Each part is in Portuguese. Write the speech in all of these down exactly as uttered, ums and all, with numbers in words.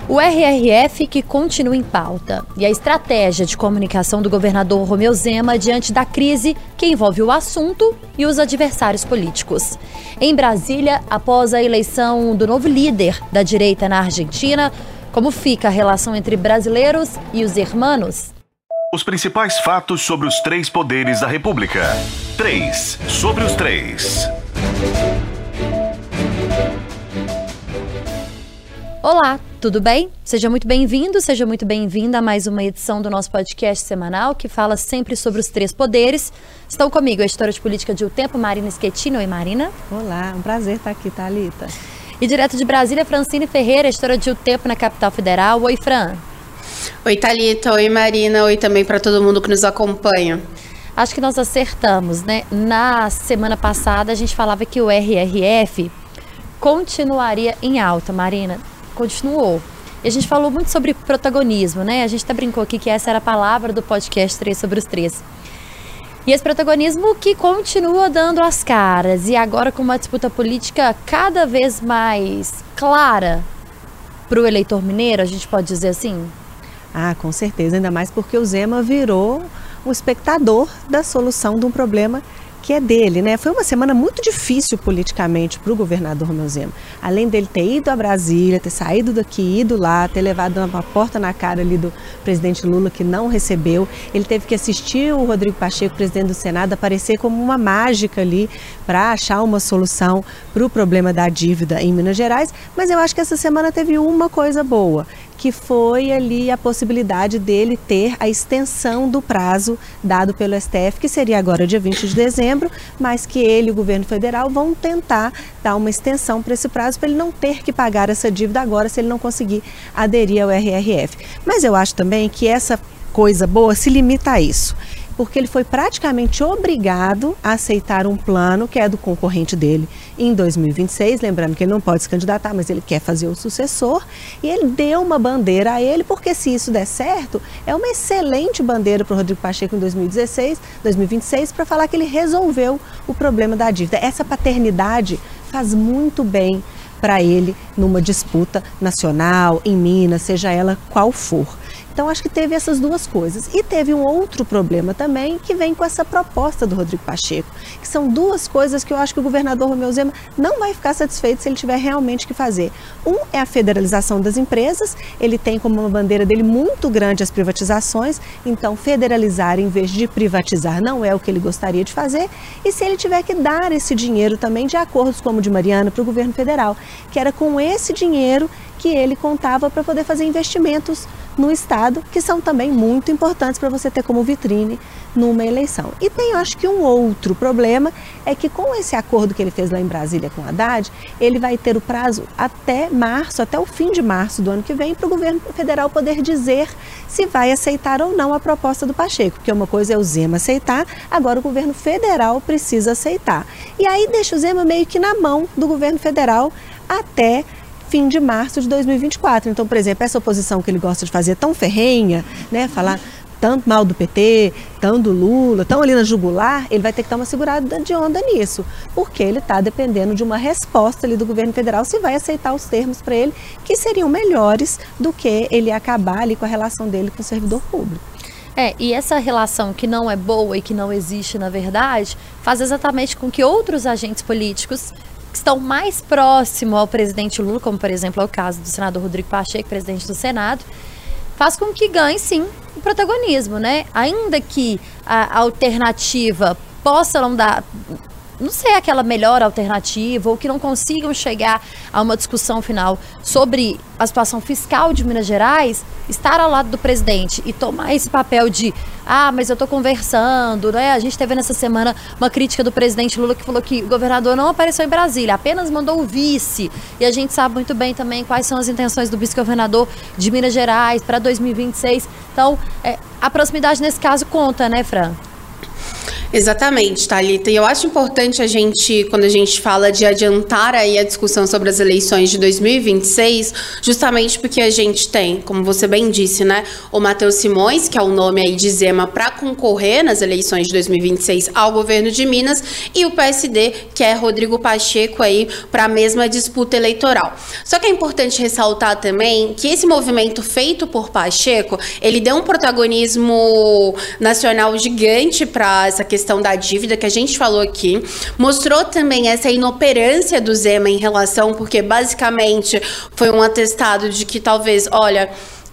O R R F que continua em pauta e a estratégia de comunicação do governador Romeu Zema diante da crise que envolve o assunto e os adversários políticos. Em Brasília, após a eleição do novo líder da direita na Argentina, como fica a relação entre brasileiros e os hermanos? Os principais fatos sobre os três poderes da República. três. Sobre os três. Olá, tudo bem? Seja muito bem-vindo, seja muito bem-vinda a mais uma edição do nosso podcast semanal que fala sempre sobre os três poderes. Estão comigo a editora de política de O Tempo, Marina Schettino. Oi, Marina. Olá, um prazer estar aqui, Thalita. E direto de Brasília, Francine Ferreira, editora de O Tempo na capital federal. Oi, Fran. Oi, Thalita. Oi, Marina. Oi também para todo mundo que nos acompanha. Acho que nós acertamos, né? Na semana passada a gente falava que o R R F continuaria em alta, Marina. Continuou. E a gente falou muito sobre protagonismo, né? A gente até brincou aqui que essa era a palavra do podcast três sobre os três. E esse protagonismo que continua dando as caras. E agora com uma disputa política cada vez mais clara para o eleitor mineiro, a gente pode dizer assim? Ah, com certeza. Ainda mais porque o Zema virou um espectador da solução de um problema que é dele, né? Foi uma semana muito difícil politicamente para o governador Romeu Zema. Além dele ter ido a Brasília, ter saído daqui, ido lá, ter levado uma porta na cara ali do presidente Lula que não recebeu, ele teve que assistir o Rodrigo Pacheco, presidente do Senado, aparecer como uma mágica ali para achar uma solução para o problema da dívida em Minas Gerais. Mas eu acho que essa semana teve uma coisa boa, que foi ali a possibilidade dele ter a extensão do prazo dado pelo S T F, que seria agora dia vinte de dezembro, mas que ele e o governo federal vão tentar dar uma extensão para esse prazo, para ele não ter que pagar essa dívida agora, se ele não conseguir aderir ao R R F. Mas eu acho também que essa coisa boa se limita a isso, porque ele foi praticamente obrigado a aceitar um plano que é do concorrente dele em dois mil e vinte e seis, lembrando que ele não pode se candidatar, mas ele quer fazer o sucessor, e ele deu uma bandeira a ele, porque se isso der certo, é uma excelente bandeira para o Rodrigo Pacheco em dois mil e dezesseis, dois mil e vinte e seis, para falar que ele resolveu o problema da dívida. Essa paternidade faz muito bem para ele numa disputa nacional, em Minas, seja ela qual for. Então, acho que teve essas duas coisas. E teve um outro problema também que vem com essa proposta do Rodrigo Pacheco, que são duas coisas que eu acho que o governador Romeu Zema não vai ficar satisfeito se ele tiver realmente que fazer. Um é a federalização das empresas, ele tem como uma bandeira dele muito grande as privatizações, então federalizar em vez de privatizar não é o que ele gostaria de fazer, e se ele tiver que dar esse dinheiro também de acordos como o de Mariana para o governo federal, que era com esse dinheiro que ele contava para poder fazer investimentos no Estado, que são também muito importantes para você ter como vitrine numa eleição. E tem, eu acho que um outro problema, é que com esse acordo que ele fez lá em Brasília com o Haddad, ele vai ter o prazo até março, até o fim de março do ano que vem, para o governo federal poder dizer se vai aceitar ou não a proposta do Pacheco, porque uma coisa é o Zema aceitar, agora o governo federal precisa aceitar. E aí deixa o Zema meio que na mão do governo federal até fim de março de dois mil e vinte e quatro. Então, por exemplo, essa oposição que ele gosta de fazer tão ferrenha, né, falar tanto mal do P T, tão do Lula, tão ali na jugular, ele vai ter que dar uma segurada de onda nisso, porque ele está dependendo de uma resposta ali do governo federal se vai aceitar os termos para ele, que seriam melhores do que ele acabar ali com a relação dele com o servidor público. É, e essa relação que não é boa e que não existe na verdade, faz exatamente com que outros agentes políticos que estão mais próximos ao presidente Lula, como por exemplo é o caso do senador Rodrigo Pacheco, presidente do Senado, faz com que ganhe sim o protagonismo, né? Ainda que a alternativa possa não dar, não sei, aquela melhor alternativa, ou que não consigam chegar a uma discussão final sobre a situação fiscal de Minas Gerais, estar ao lado do presidente e tomar esse papel de, ah, mas eu tô conversando, né? A gente teve nessa semana uma crítica do presidente Lula que falou que o governador não apareceu em Brasília, apenas mandou o vice, e a gente sabe muito bem também quais são as intenções do vice-governador de Minas Gerais para dois mil e vinte e seis. Então, é, a proximidade nesse caso conta, né, Fran? Exatamente, Thalita. E eu acho importante a gente, quando a gente fala de adiantar aí a discussão sobre as eleições de dois mil e vinte e seis, justamente porque a gente tem, como você bem disse, né, o Matheus Simões, que é o nome aí de Zema para concorrer nas eleições de dois mil e vinte e seis ao governo de Minas, e o P S D, que é Rodrigo Pacheco aí para a mesma disputa eleitoral. Só que é importante ressaltar também que esse movimento feito por Pacheco, ele deu um protagonismo nacional gigante para essa questão da dívida que a gente falou aqui, mostrou também essa inoperância do Zema em relação, porque basicamente foi um atestado de que talvez, olha,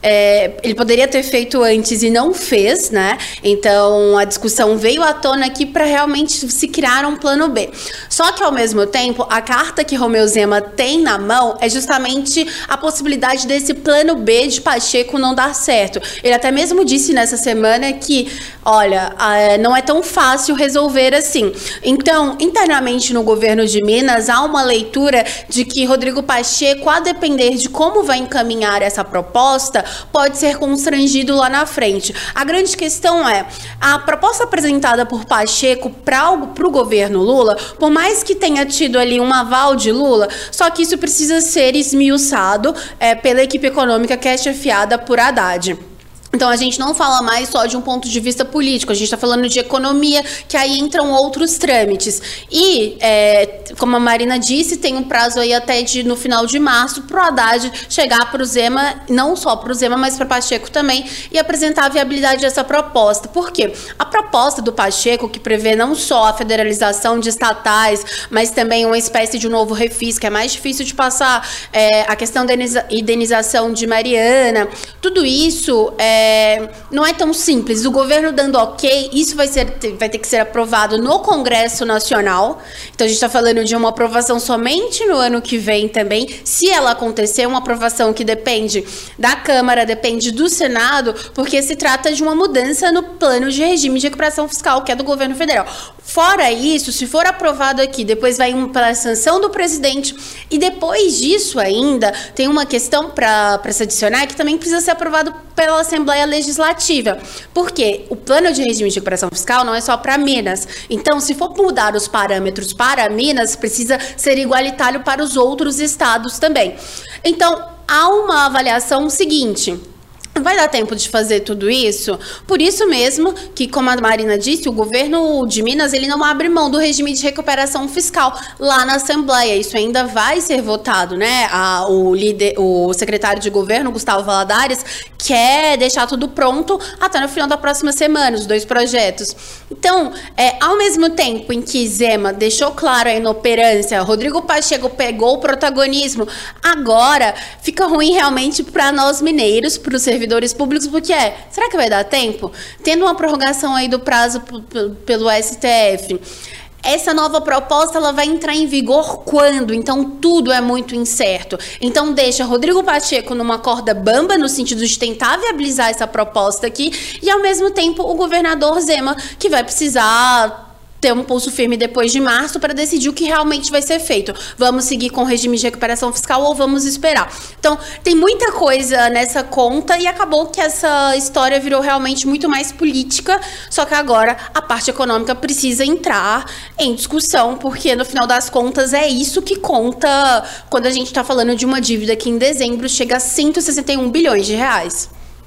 É, ele poderia ter feito antes e não fez, né? Então a discussão veio à tona aqui para realmente se criar um plano B. Só que ao mesmo tempo, a carta que Romeu Zema tem na mão é justamente a possibilidade desse plano B de Pacheco não dar certo. Ele até mesmo disse nessa semana que, olha, não é tão fácil resolver assim. Então, internamente no governo de Minas, há uma leitura de que Rodrigo Pacheco, a depender de como vai encaminhar essa proposta, pode ser constrangido lá na frente. A grande questão é, a proposta apresentada por Pacheco para o governo Lula, por mais que tenha tido ali um aval de Lula, só que isso precisa ser esmiuçado é, pela equipe econômica que é chefiada por Haddad. Então, a gente não fala mais só de um ponto de vista político, a gente está falando de economia, que aí entram outros trâmites. E, é, como a Marina disse, tem um prazo aí até de, no final de março para o Haddad chegar para o Zema, não só para o Zema, mas para Pacheco também, e apresentar a viabilidade dessa proposta. Por quê? A proposta do Pacheco, que prevê não só a federalização de estatais, mas também uma espécie de um novo refis, que é mais difícil de passar, é, a questão da indenização de Mariana, tudo isso é, É, não é tão simples. O governo dando ok, isso vai, ser, vai ter que ser aprovado no Congresso Nacional. Então a gente está falando de uma aprovação somente no ano que vem também. Se ela acontecer, uma aprovação que depende da Câmara, depende do Senado, porque se trata de uma mudança no plano de regime de recuperação fiscal, que é do governo federal. Fora isso, se for aprovado aqui, depois vai para a sanção do presidente, e depois disso ainda tem uma questão para se adicionar, que também precisa ser aprovado pela Assembleia Legislativa. Porque o plano de regime de recuperação fiscal não é só para Minas. Então, se for mudar os parâmetros para Minas, precisa ser igualitário para os outros estados também. Então, há uma avaliação seguinte: vai dar tempo de fazer tudo isso? Por isso mesmo que, como a Marina disse, o governo de Minas, ele não abre mão do regime de recuperação fiscal lá na Assembleia. Isso ainda vai ser votado, né? A, o, líder, o secretário de governo, Gustavo Valadares, quer deixar tudo pronto até no final da próxima semana, os dois projetos. Então, é, ao mesmo tempo em que Zema deixou claro a inoperância, Rodrigo Pacheco pegou o protagonismo, agora fica ruim realmente para nós mineiros, para os servidores públicos, porque é, será que vai dar tempo? Tendo uma prorrogação aí do prazo pelo S T F, essa nova proposta, ela vai entrar em vigor quando? Então, tudo é muito incerto. Então, deixa Rodrigo Pacheco numa corda bamba, no sentido de tentar viabilizar essa proposta aqui, e, ao mesmo tempo, o governador Zema, que vai precisar ter um pulso firme depois de março para decidir o que realmente vai ser feito. Vamos seguir com o regime de recuperação fiscal ou vamos esperar? Então, tem muita coisa nessa conta e acabou que essa história virou realmente muito mais política, só que agora a parte econômica precisa entrar em discussão, porque no final das contas é isso que conta quando a gente está falando de uma dívida que em dezembro chega a cento e sessenta e um bilhões de reais.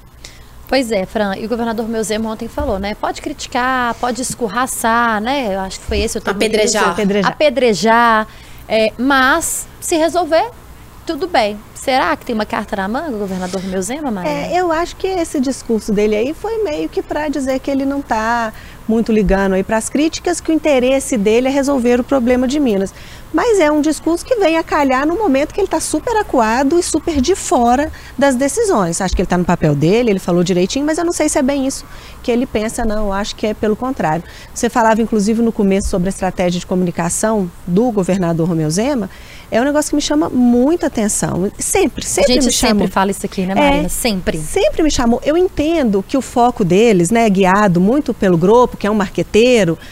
Pois é, Fran, e o governador Romeu Zema ontem falou, né? Pode criticar, pode escorraçar, né? Eu acho que foi esse o termo. Apedrejar. Apedrejar. Apedrejar, é, mas se resolver, tudo bem. Será que tem uma carta na manga, o governador Romeu Zema, Maria? É, eu acho que esse discurso dele aí foi meio que para dizer que ele não está muito ligando aí para as críticas, que o interesse dele é resolver o problema de Minas. Mas é um discurso que vem a calhar no momento que ele está super acuado e super de fora das decisões. Acho que ele está no papel dele, ele falou direitinho, mas eu não sei se é bem isso que ele pensa, não. Eu acho que é pelo contrário. Você falava, inclusive, no começo sobre a estratégia de comunicação do governador Romeu Zema. É um negócio que me chama muita atenção. Sempre, sempre me chamou. A gente sempre fala isso aqui, né, Marina? É, sempre. Sempre me chamou. Eu entendo que o foco deles, né, guiado muito pelo grupo, que é um marqueteiro,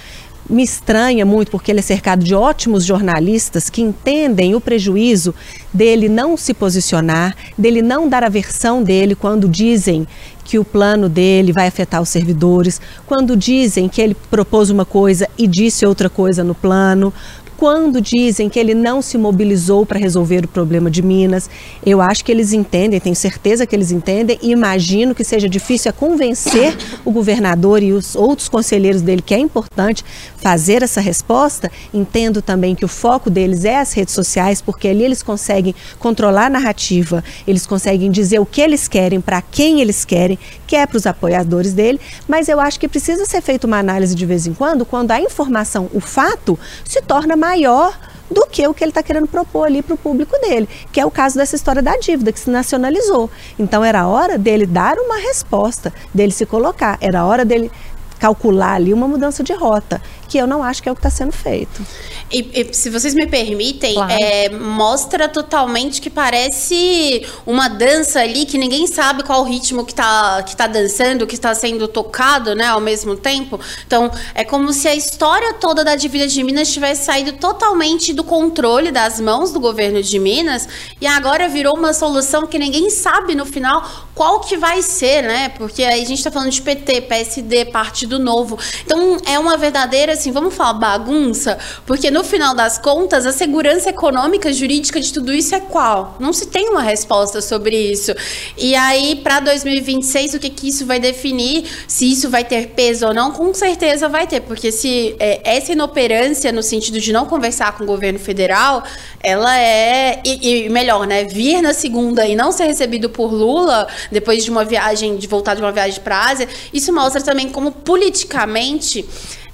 me estranha muito, porque ele é cercado de ótimos jornalistas que entendem o prejuízo dele não se posicionar, dele não dar a versão dele quando dizem que o plano dele vai afetar os servidores, quando dizem que ele propôs uma coisa e disse outra coisa no plano, quando dizem que ele não se mobilizou para resolver o problema de Minas. Eu acho que eles entendem, tenho certeza que eles entendem, e imagino que seja difícil a convencer o governador e os outros conselheiros dele que é importante fazer essa resposta. Entendo também que o foco deles é as redes sociais, porque ali eles conseguem controlar a narrativa, eles conseguem dizer o que eles querem, para quem eles querem, que é para os apoiadores dele, mas eu acho que precisa ser feita uma análise de vez em quando, quando a informação, o fato, se torna mais maior do que o que ele está querendo propor ali para o público dele, que é o caso dessa história da dívida, que se nacionalizou. Então era hora dele dar uma resposta, dele se colocar, era hora dele calcular ali uma mudança de rota, que eu não acho que é o que está sendo feito. E, e se vocês me permitem, claro. é, mostra totalmente que parece uma dança ali, que ninguém sabe qual o ritmo que está que tá dançando, que está sendo tocado, né, ao mesmo tempo. Então, é como se a história toda da dívida de Minas tivesse saído totalmente do controle das mãos do governo de Minas, e agora virou uma solução que ninguém sabe no final qual que vai ser, né? Porque aí a gente está falando de P T, P S D, Partido Novo. Então, é uma verdadeira, assim, vamos falar bagunça, porque no final das contas, a segurança econômica, jurídica de tudo isso é qual? Não se tem uma resposta sobre isso. E aí, para dois mil e vinte e seis, o que que isso vai definir? Se isso vai ter peso ou não? Com certeza vai ter, porque se é, essa inoperância, no sentido de não conversar com o governo federal, ela é, e, e melhor, né, vir na segunda e não ser recebido por Lula, depois de uma viagem, de voltar de uma viagem para a Ásia, isso mostra também como politicamente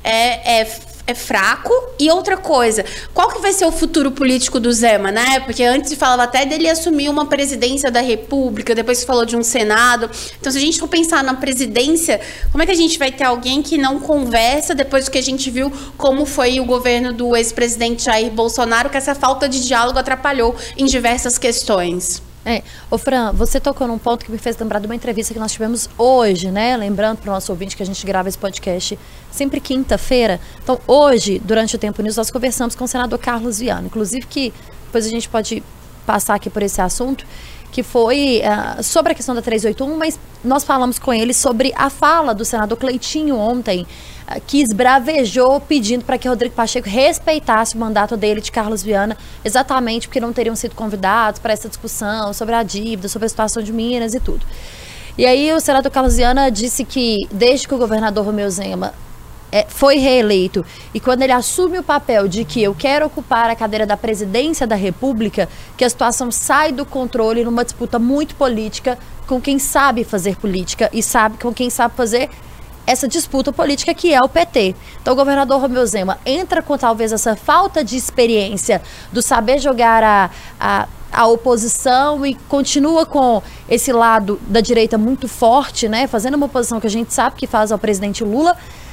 é, é é fraco. E outra coisa, qual que vai ser o futuro político do Zema, né? Porque antes se falava até dele assumir uma presidência da República, depois se falou de um Senado. Então, se a gente for pensar na presidência, como é que a gente vai ter alguém que não conversa depois do que a gente viu como foi o governo do ex-presidente Jair Bolsonaro, que essa falta de diálogo atrapalhou em diversas questões? É. Ô Fran, você tocou num ponto que me fez lembrar de uma entrevista que nós tivemos hoje, né? Lembrando para o nosso ouvinte que a gente grava esse podcast sempre quinta-feira. Então, hoje, durante o Tempo News, nós conversamos com o senador Carlos Viana. Inclusive que, depois a gente pode passar aqui por esse assunto, que foi uh, sobre a questão da trezentos e oitenta e um, mas nós falamos com ele sobre a fala do senador Cleitinho ontem, uh, que esbravejou pedindo para que Rodrigo Pacheco respeitasse o mandato dele, de Carlos Viana, exatamente porque não teriam sido convidados para essa discussão sobre a dívida, sobre a situação de Minas e tudo. E aí o senador Carlos Viana disse que desde que o governador Romeu Zema É, foi reeleito, e quando ele assume o papel de que eu quero ocupar a cadeira da presidência da República, que a situação sai do controle numa disputa muito política com quem sabe fazer política e sabe com quem sabe fazer essa disputa política, que é o P T. Então o governador Romeu Zema entra com talvez essa falta de experiência do saber jogar a, a, a oposição e continua com esse lado da direita muito forte, né, fazendo uma oposição que a gente sabe que faz ao presidente Lula,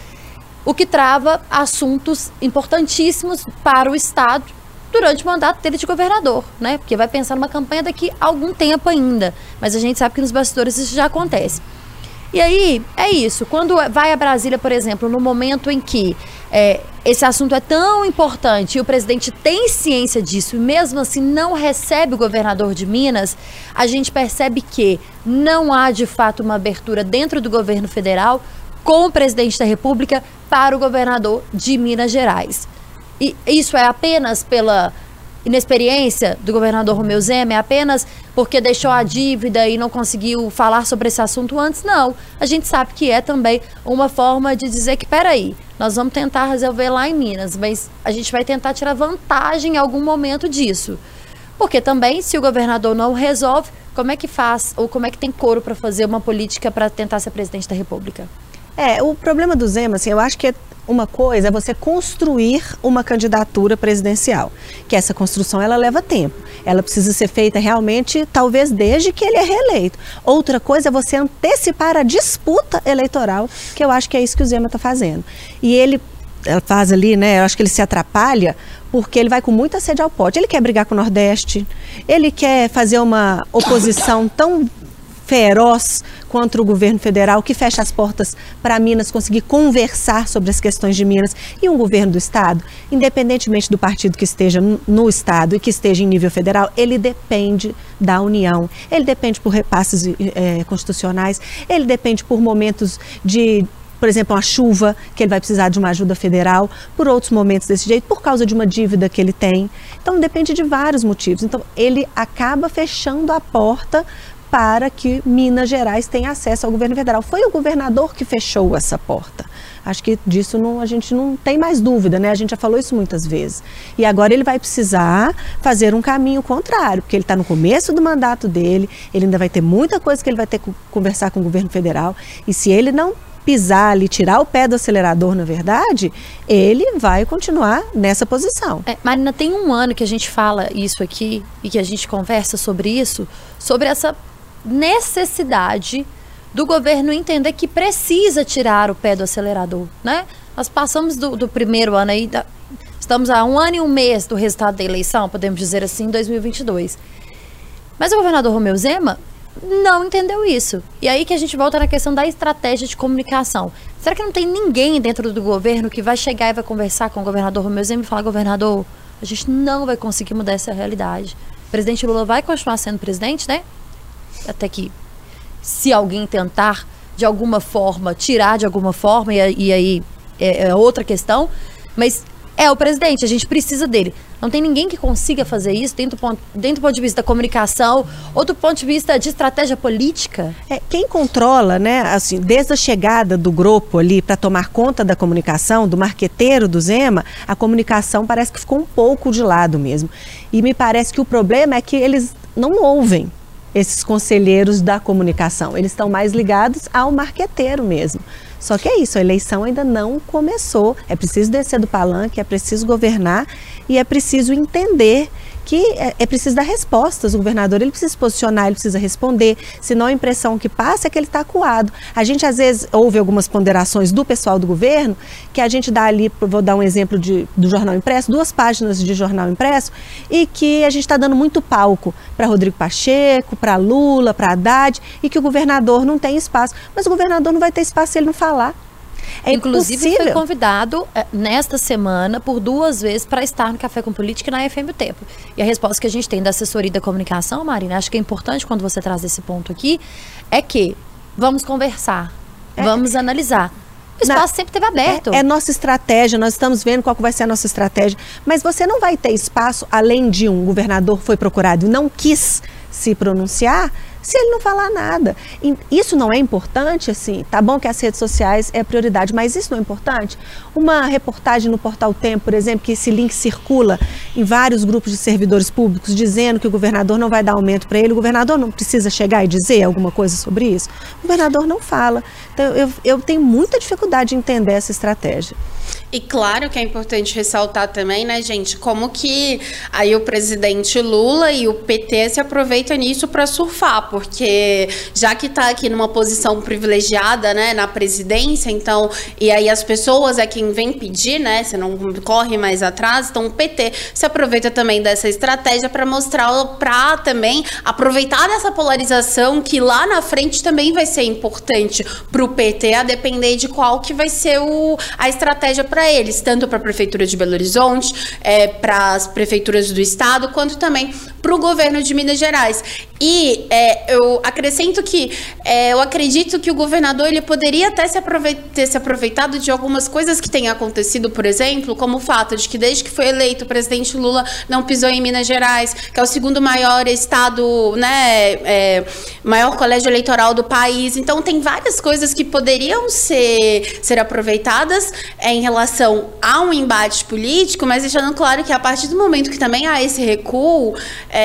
o que trava assuntos importantíssimos para o Estado durante o mandato dele de governador, né? Porque vai pensar numa campanha daqui a algum tempo ainda, mas a gente sabe que nos bastidores isso já acontece. E aí, é isso, quando vai a Brasília, por exemplo, no momento em que é, esse assunto é tão importante e o presidente tem ciência disso e mesmo assim não recebe o governador de Minas, a gente percebe que não há de fato uma abertura dentro do governo federal com o presidente da República para o governador de Minas Gerais. E isso é apenas pela inexperiência do governador Romeu Zema? É apenas porque deixou a dívida e não conseguiu falar sobre esse assunto antes? Não. A gente sabe que é também uma forma de dizer que, peraí, nós vamos tentar resolver lá em Minas, mas a gente vai tentar tirar vantagem em algum momento disso. Porque também, se o governador não resolve, como é que faz, ou como é que tem coro para fazer uma política para tentar ser presidente da República? É, o problema do Zema, assim, eu acho que uma coisa é você construir uma candidatura presidencial, que essa construção ela leva tempo, ela precisa ser feita realmente, talvez desde que ele é reeleito. Outra coisa é você antecipar a disputa eleitoral, que eu acho que é isso que o Zema está fazendo. E ele faz ali, né, eu acho que ele se atrapalha porque ele vai com muita sede ao pote, ele quer brigar com o Nordeste, ele quer fazer uma oposição tão feroz contra o governo federal, que fecha as portas para Minas conseguir conversar sobre as questões de Minas, e um governo do Estado, independentemente do partido que esteja no Estado e que esteja em nível federal, ele depende da União, ele depende por repasses é, constitucionais, ele depende por momentos de, por exemplo, uma chuva, que ele vai precisar de uma ajuda federal, por outros momentos desse jeito, por causa de uma dívida que ele tem. Então, depende de vários motivos. Então, ele acaba fechando a porta para que Minas Gerais tenha acesso ao governo federal. Foi o governador que fechou essa porta. Acho que disso não, a gente não tem mais dúvida, né? A gente já falou isso muitas vezes. E agora ele vai precisar fazer um caminho contrário, porque ele está no começo do mandato dele, ele ainda vai ter muita coisa que ele vai ter que conversar com o governo federal, e se ele não pisar ali, tirar o pé do acelerador, na verdade, ele vai continuar nessa posição. É, Marina, tem um ano que a gente fala isso aqui e que a gente conversa sobre isso, sobre essa necessidade do governo entender que precisa tirar o pé do acelerador, né? Nós passamos do, do primeiro ano aí, da, estamos a um ano e um mês do resultado da eleição, podemos dizer assim, em dois mil e vinte e dois. Mas o governador Romeu Zema não entendeu isso. E aí que a gente volta na questão da estratégia de comunicação. Será que não tem ninguém dentro do governo que vai chegar e vai conversar com o governador Romeu Zema e falar: governador, a gente não vai conseguir mudar essa realidade. O presidente Lula vai continuar sendo presidente, né? Até que, se alguém tentar, de alguma forma, tirar de alguma forma, e, e aí é, é outra questão, mas é o presidente, a gente precisa dele. Não tem ninguém que consiga fazer isso dentro do ponto, dentro do ponto de vista da comunicação ou do ponto de vista de estratégia política. É, quem controla, né, assim, desde a chegada do grupo ali para tomar conta da comunicação, do marqueteiro do Zema, a comunicação parece que ficou um pouco de lado mesmo. E me parece que o problema é que eles não ouvem esses conselheiros da comunicação. Eles estão mais ligados ao marqueteiro mesmo. Só que é isso, a eleição ainda não começou. É preciso descer do palanque, é preciso governar e é preciso entender que é, é preciso dar respostas. O governador, ele precisa se posicionar, ele precisa responder, senão a impressão que passa é que ele está acuado. A gente, às vezes, ouve algumas ponderações do pessoal do governo, que a gente dá ali, vou dar um exemplo de, do jornal impresso, duas páginas de jornal impresso, e que a gente está dando muito palco para Rodrigo Pacheco, para Lula, para Haddad, e que o governador não tem espaço. Mas o governador não vai ter espaço se ele não falar. É Inclusive, impossível. foi convidado é, nesta semana por duas vezes para estar no Café com Política na F M O Tempo. E a resposta que a gente tem da assessoria da comunicação, Marina, acho que é importante quando você traz esse ponto aqui, é que vamos conversar, é. vamos analisar. O espaço Na, sempre esteve aberto. É, é nossa estratégia, nós estamos vendo qual que vai ser a nossa estratégia. Mas você não vai ter espaço, além de um governador foi procurado e não quis se pronunciar, se ele não falar nada. E isso não é importante, assim, tá bom que as redes sociais é a prioridade, mas isso não é importante? Uma reportagem no Portal Tempo, por exemplo, que esse link circula em vários grupos de servidores públicos, dizendo que o governador não vai dar aumento para ele, o governador não precisa chegar e dizer alguma coisa sobre isso? O governador não fala. Então, eu, eu tenho muita dificuldade de entender essa estratégia. E claro que é importante ressaltar também, né, gente, como que aí o presidente Lula e o P T se aproveitam nisso para surfar, porque já que está aqui numa posição privilegiada, né, na presidência, então, e aí as pessoas é quem vem pedir, né, você não corre mais atrás, então o P T se aproveita também dessa estratégia para mostrar, para também aproveitar dessa polarização que lá na frente também vai ser importante para o P T, a depender de qual que vai ser o, a estratégia para eles, tanto para a Prefeitura de Belo Horizonte, é, para as prefeituras do estado, quanto também para o governo de Minas Gerais. E é, eu acrescento que é, eu acredito que o governador ele poderia até se ter se aproveitado de algumas coisas que têm acontecido, por exemplo, como o fato de que desde que foi eleito o presidente Lula não pisou em Minas Gerais, que é o segundo maior estado, né, é, maior colégio eleitoral do país. Então tem várias coisas que poderiam ser, ser aproveitadas é, em relação a um embate político, mas deixando claro que a partir do momento que também há esse recuo,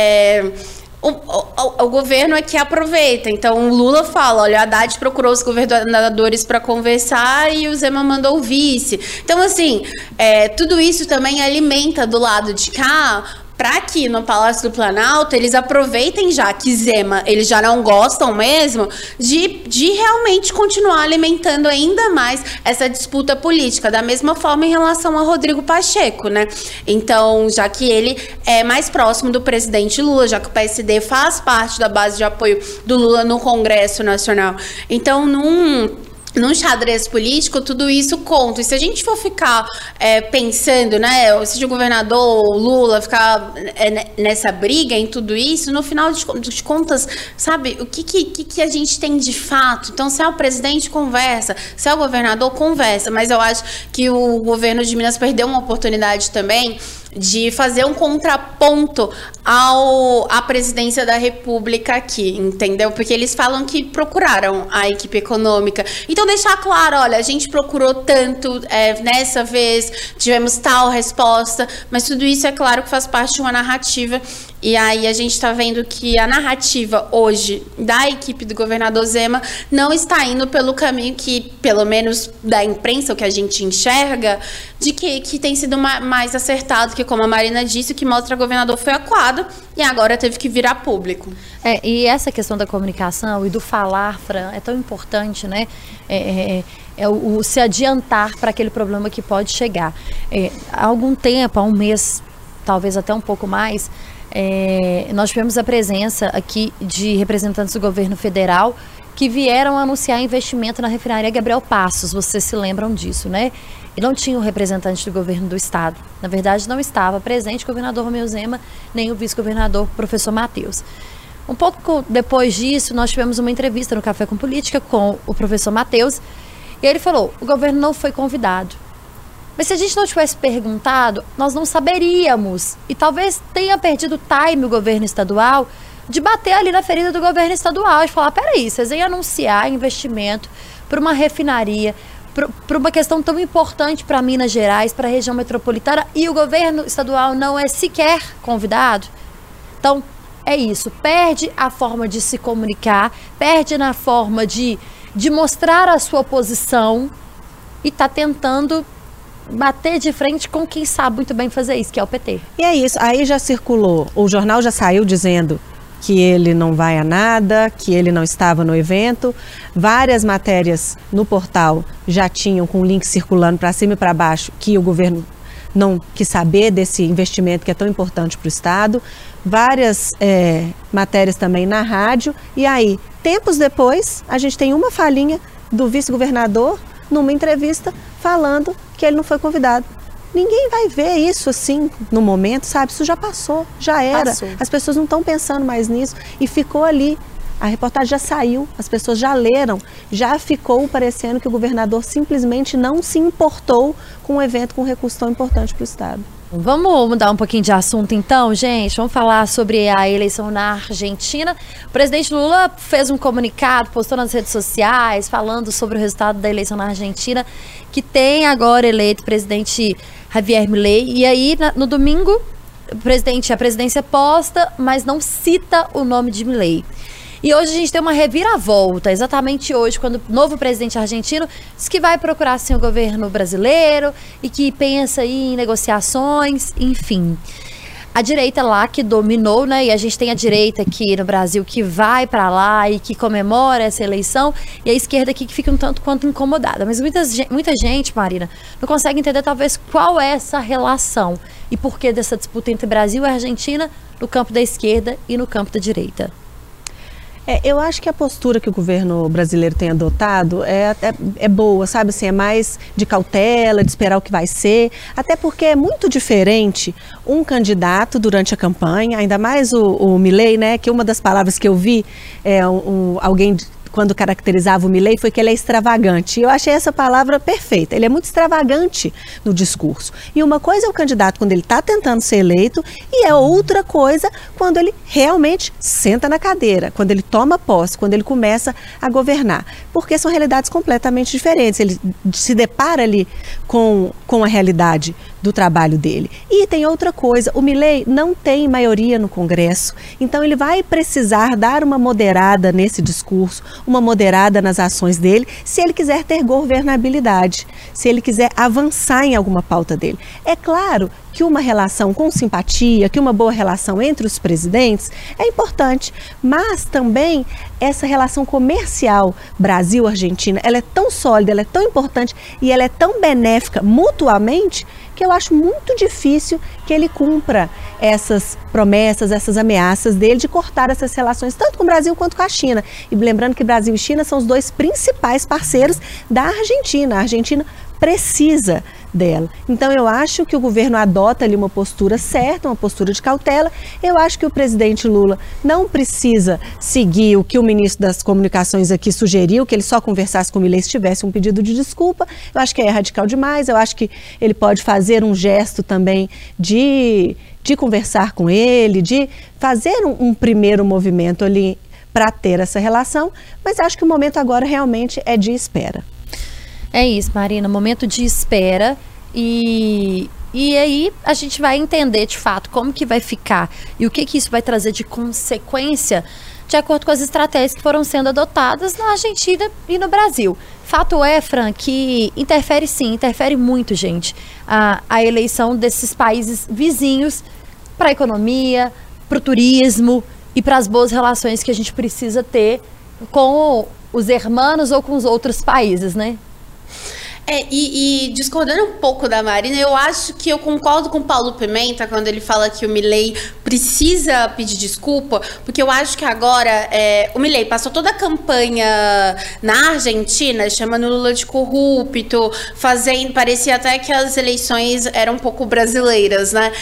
é, O, o, o governo é que aproveita. Então o Lula fala, olha, a Haddad procurou os governadores para conversar e o Zema mandou o vice. Então assim, é, tudo isso também alimenta do lado de cá para que no Palácio do Planalto eles aproveitem já que Zema, eles já não gostam mesmo, de, de realmente continuar alimentando ainda mais essa disputa política, da mesma forma em relação a Rodrigo Pacheco, né? Então, já que ele é mais próximo do presidente Lula, já que o P S D faz parte da base de apoio do Lula no Congresso Nacional. Então, num... Num xadrez político, tudo isso conta. E se a gente for ficar é, pensando, né, se o governador Lula ficar é, nessa briga, em tudo isso, no final de, de contas, sabe, o que, que, que a gente tem de fato? Então, se é o presidente, conversa. Se é o governador, conversa. Mas eu acho que o governo de Minas perdeu uma oportunidade também de fazer um contraponto ao, à presidência da República aqui, entendeu? Porque eles falam que procuraram a equipe econômica. Então, deixar claro, olha, a gente procurou tanto, é, nessa vez, tivemos tal resposta, mas tudo isso, é claro, que faz parte de uma narrativa. E aí a gente está vendo que a narrativa hoje da equipe do governador Zema não está indo pelo caminho que, pelo menos da imprensa, o que a gente enxerga, de que, que tem sido ma- mais acertado, que, como a Marina disse, o que mostra o governador foi acuado e agora teve que virar público. É, e essa questão da comunicação e do falar, Fran, é tão importante, né? É, é, é o, o se adiantar para aquele problema que pode chegar. É, há algum tempo, há um mês, talvez até um pouco mais, É, nós tivemos a presença aqui de representantes do governo federal que vieram anunciar investimento na refinaria Gabriel Passos, vocês se lembram disso, né? E não tinha o representante do governo do estado. Na verdade, não estava presente o governador Romeu Zema, nem o vice-governador professor Matheus. Um pouco depois disso, nós tivemos uma entrevista no Café com Política com o professor Matheus, e ele falou, o governo não foi convidado. Mas se a gente não tivesse perguntado, nós não saberíamos. E talvez tenha perdido o time o governo estadual de bater ali na ferida do governo estadual e falar, peraí, vocês vêm anunciar investimento para uma refinaria, para uma questão tão importante para Minas Gerais, para a região metropolitana, e o governo estadual não é sequer convidado. Então, é isso. Perde a forma de se comunicar, perde na forma de, de mostrar a sua posição e está tentando bater de frente com quem sabe muito bem fazer isso, que é o P T. E é isso, aí já circulou, o jornal já saiu dizendo que ele não vai a nada, que ele não estava no evento, várias matérias no portal já tinham com o link circulando para cima e para baixo que o governo não quis saber desse investimento que é tão importante para o estado, várias é, matérias também na rádio, e aí, tempos depois, a gente tem uma falinha do vice-governador numa entrevista falando que ele não foi convidado. Ninguém vai ver isso assim no momento, sabe? Isso já passou, já era. Passou. As pessoas não estão pensando mais nisso e ficou ali. A reportagem já saiu, as pessoas já leram, já ficou parecendo que o governador simplesmente não se importou com um evento com um recurso tão importante para o estado. Vamos mudar um pouquinho de assunto então, gente? Vamos falar sobre a eleição na Argentina. O presidente Lula fez um comunicado, postou nas redes sociais, falando sobre o resultado da eleição na Argentina, que tem agora eleito o presidente Javier Milei. E aí, no domingo, o presidente, a presidência posta, mas não cita o nome de Milei. E hoje a gente tem uma reviravolta, exatamente hoje, quando o novo presidente argentino diz que vai procurar sim o governo brasileiro e que pensa aí em negociações, enfim. A direita lá que dominou, né, e a gente tem a direita aqui no Brasil que vai para lá e que comemora essa eleição, e a esquerda aqui que fica um tanto quanto incomodada. Mas muita, muita gente, Marina, não consegue entender talvez qual é essa relação e por que dessa disputa entre Brasil e Argentina no campo da esquerda e no campo da direita. É, eu acho que a postura que o governo brasileiro tem adotado é, é, é boa, sabe? Assim, é mais de cautela, de esperar o que vai ser, até porque é muito diferente um candidato durante a campanha, ainda mais o, o Milei, né? Que uma das palavras que eu vi, é um, um, alguém quando caracterizava o Milei foi que ele é extravagante. E eu achei essa palavra perfeita. Ele é muito extravagante no discurso. E uma coisa é o candidato quando ele está tentando ser eleito e é outra coisa quando ele realmente senta na cadeira, quando ele toma posse, quando ele começa a governar. Porque são realidades completamente diferentes. Ele se depara ali com, com a realidade do trabalho dele. E tem outra coisa, o Milei não tem maioria no Congresso, então ele vai precisar dar uma moderada nesse discurso, uma moderada nas ações dele, se ele quiser ter governabilidade, se ele quiser avançar em alguma pauta dele. É claro que uma relação com simpatia, que uma boa relação entre os presidentes é importante, mas também essa relação comercial Brasil-Argentina, ela é tão sólida, ela é tão importante e ela é tão benéfica mutuamente que eu acho muito difícil que ele cumpra essas promessas, essas ameaças dele de cortar essas relações, tanto com o Brasil quanto com a China. E lembrando que Brasil e China são os dois principais parceiros da Argentina. A Argentina precisa dela. Então eu acho que o governo adota ali uma postura certa, uma postura de cautela. Eu acho que o presidente Lula não precisa seguir o que o ministro das Comunicações aqui sugeriu, que ele só conversasse com o Milei se tivesse um pedido de desculpa. Eu acho que é radical demais. Eu acho que ele pode fazer um gesto também de, de conversar com ele, de fazer um, um primeiro movimento ali para ter essa relação, mas acho que o momento agora realmente é de espera. É isso, Marina, momento de espera e, e aí a gente vai entender de fato como que vai ficar e o que que isso vai trazer de consequência de acordo com as estratégias que foram sendo adotadas na Argentina e no Brasil. Fato é, Fran, que interfere sim, interfere muito, gente, a, a eleição desses países vizinhos para a economia, para o turismo e para as boas relações que a gente precisa ter com os hermanos ou com os outros países, né? É, e, e discordando um pouco da Marina, eu acho que eu concordo com o Paulo Pimenta quando ele fala que o Milei precisa pedir desculpa, porque eu acho que agora é, o Milei passou toda a campanha na Argentina chamando o Lula de corrupto, fazendo, parecia até que as eleições eram um pouco brasileiras, né?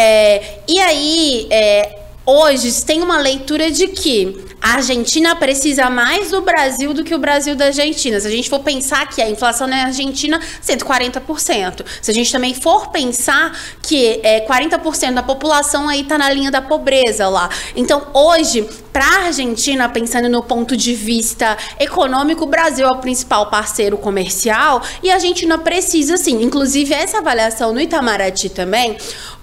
É, e aí, é, hoje tem uma leitura de que a Argentina precisa mais do Brasil do que o Brasil da Argentina. Se a gente for pensar que a inflação na Argentina é cento e quarenta por cento. Se a gente também for pensar que é, quarenta por cento da população aí está na linha da pobreza lá. Então, hoje, para a Argentina, pensando no ponto de vista econômico, o Brasil é o principal parceiro comercial e a Argentina precisa, sim. Inclusive, essa avaliação no Itamaraty também,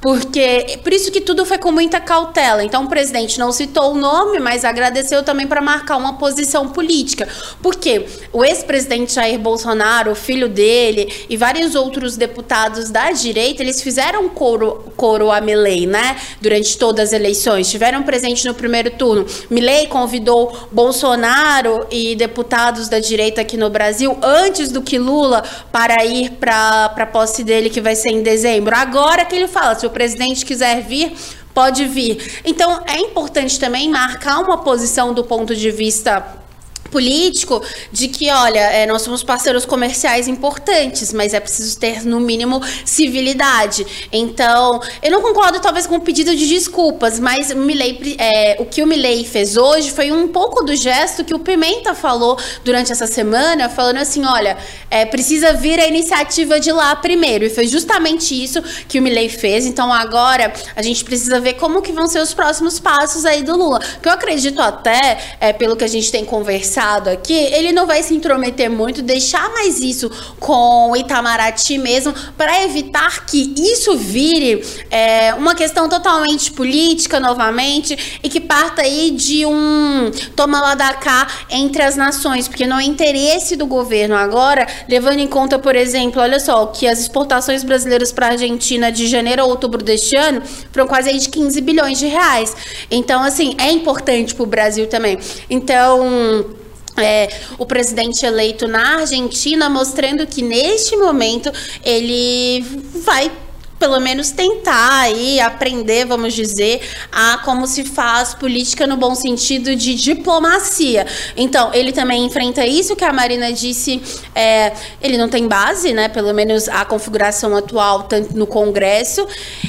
porque por isso que tudo foi com muita cautela. Então, o presidente não citou o nome, mas agradeceu também para marcar uma posição política. Porque o ex-presidente Jair Bolsonaro, o filho dele e vários outros deputados da direita, eles fizeram coro, coro a Milei, né? Durante todas as eleições. Estiveram presentes no primeiro turno. Milei convidou Bolsonaro e deputados da direita aqui no Brasil antes do que Lula para ir para a posse dele, que vai ser em dezembro. Agora que ele fala, se o presidente quiser vir, pode vir. Então, é importante também marcar uma posição do ponto de vista político de que, olha, é, nós somos parceiros comerciais importantes, mas é preciso ter, no mínimo, civilidade. Então, eu não concordo, talvez, com o pedido de desculpas, mas o, Milei, é, o que o Milei fez hoje foi um pouco do gesto que o Pimenta falou durante essa semana, falando assim, olha, é, precisa vir a iniciativa de lá primeiro, e foi justamente isso que o Milei fez. Então, agora, a gente precisa ver como que vão ser os próximos passos aí do Lula, que eu acredito até, é, pelo que a gente tem conversado aqui, ele não vai se intrometer muito, deixar mais isso com o Itamaraty mesmo, para evitar que isso vire é, uma questão totalmente política novamente e que parta aí de um toma lá da cá entre as nações, porque não é interesse do governo agora, levando em conta, por exemplo, olha só, que as exportações brasileiras para a Argentina de janeiro a outubro deste ano foram quase aí de quinze bilhões de reais. Então, assim, é importante para o Brasil também. Então, É, o presidente eleito na Argentina mostrando que neste momento ele vai pelo menos tentar aí aprender, vamos dizer, a como se faz política no bom sentido de diplomacia. Então, ele também enfrenta isso que a Marina disse, é, ele não tem base, né, pelo menos a configuração atual, tanto no Congresso,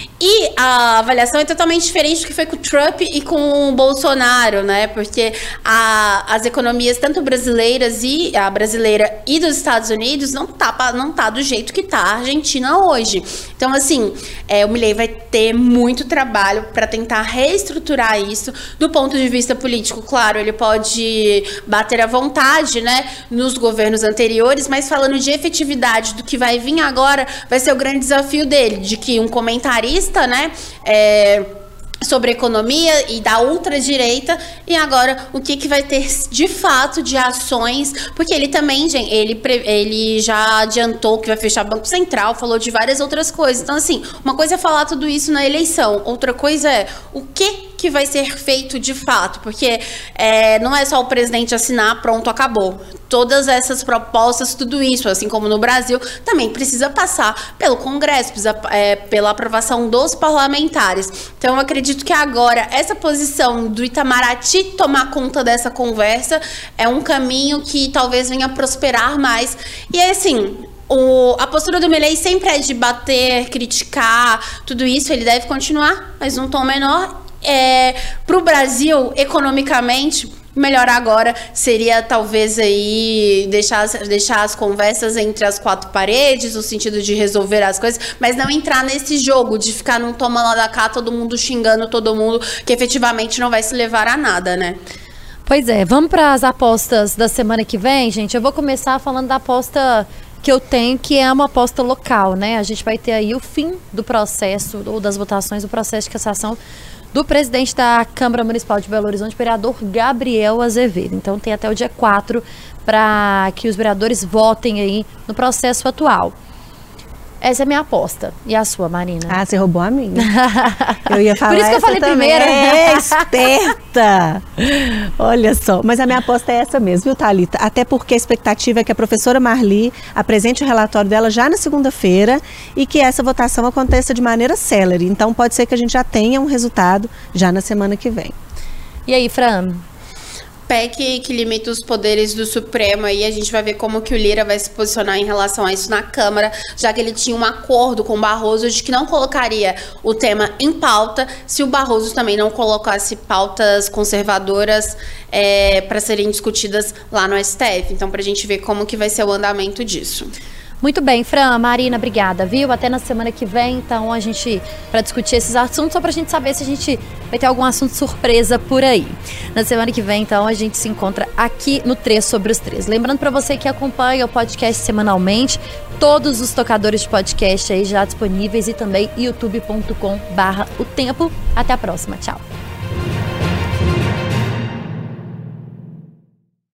e a avaliação é totalmente diferente do que foi com o Trump e com o Bolsonaro, né, porque a, as economias, tanto brasileiras e a brasileira e dos Estados Unidos, não tá, não tá do jeito que tá a Argentina hoje. Então, assim, É, o Milei vai ter muito trabalho para tentar reestruturar isso do ponto de vista político. Claro, ele pode bater à vontade, né, nos governos anteriores, mas falando de efetividade do que vai vir agora, vai ser o grande desafio dele, de que um comentarista, né, é, sobre economia e da ultradireita, e agora o que, que vai ter de fato de ações, porque ele também, gente, ele, ele já adiantou que vai fechar Banco Central, falou de várias outras coisas. Então, assim, uma coisa é falar tudo isso na eleição, outra coisa é o que que vai ser feito de fato, porque é, não é só o presidente assinar, pronto, acabou. Todas essas propostas, tudo isso, assim como no Brasil, também precisa passar pelo Congresso, precisa, é, pela aprovação dos parlamentares. Então, eu acredito que agora, essa posição do Itamaraty tomar conta dessa conversa é um caminho que talvez venha a prosperar mais. E, assim, O, a postura do Milei sempre é de bater, criticar, tudo isso, ele deve continuar, mas num tom menor. É, para o Brasil, economicamente, melhor agora seria talvez aí deixar, deixar as conversas entre as quatro paredes, no sentido de resolver as coisas, mas não entrar nesse jogo de ficar num toma lá da cá, todo mundo xingando todo mundo, que efetivamente não vai se levar a nada, né? Pois é, vamos para as apostas da semana que vem, gente. Eu vou começar falando da aposta que eu tenho, que é uma aposta local, né? A gente vai ter aí o fim do processo, ou das votações do processo de cassação do presidente da Câmara Municipal de Belo Horizonte, vereador Gabriel Azevedo. Então tem até o dia quatro para que os vereadores votem aí no processo atual. Essa é a minha aposta. E a sua, Marina? Ah, você roubou a minha. Eu ia falar. Por isso que eu falei também. primeiro. É, esperta! Olha só. Mas a minha aposta é essa mesmo, viu, Thalita? Até porque a expectativa é que a professora Marli apresente o relatório dela já na segunda-feira e que essa votação aconteça de maneira célere. Então pode ser que a gente já tenha um resultado já na semana que vem. E aí, Fran? P E C que limita os poderes do Supremo, aí a gente vai ver como que o Lira vai se posicionar em relação a isso na Câmara, já que ele tinha um acordo com o Barroso de que não colocaria o tema em pauta se o Barroso também não colocasse pautas conservadoras é, para serem discutidas lá no S T F. Então, para a gente ver como que vai ser o andamento disso. Muito bem, Fran, Marina, obrigada, viu? Até na semana que vem, então, a gente, para discutir esses assuntos, só pra gente saber se a gente vai ter algum assunto surpresa por aí. Na semana que vem, então, a gente se encontra aqui no três sobre os três. Lembrando pra você que acompanha o podcast semanalmente, todos os tocadores de podcast aí já disponíveis e também youtube ponto com barra o tempo. Até a próxima, tchau.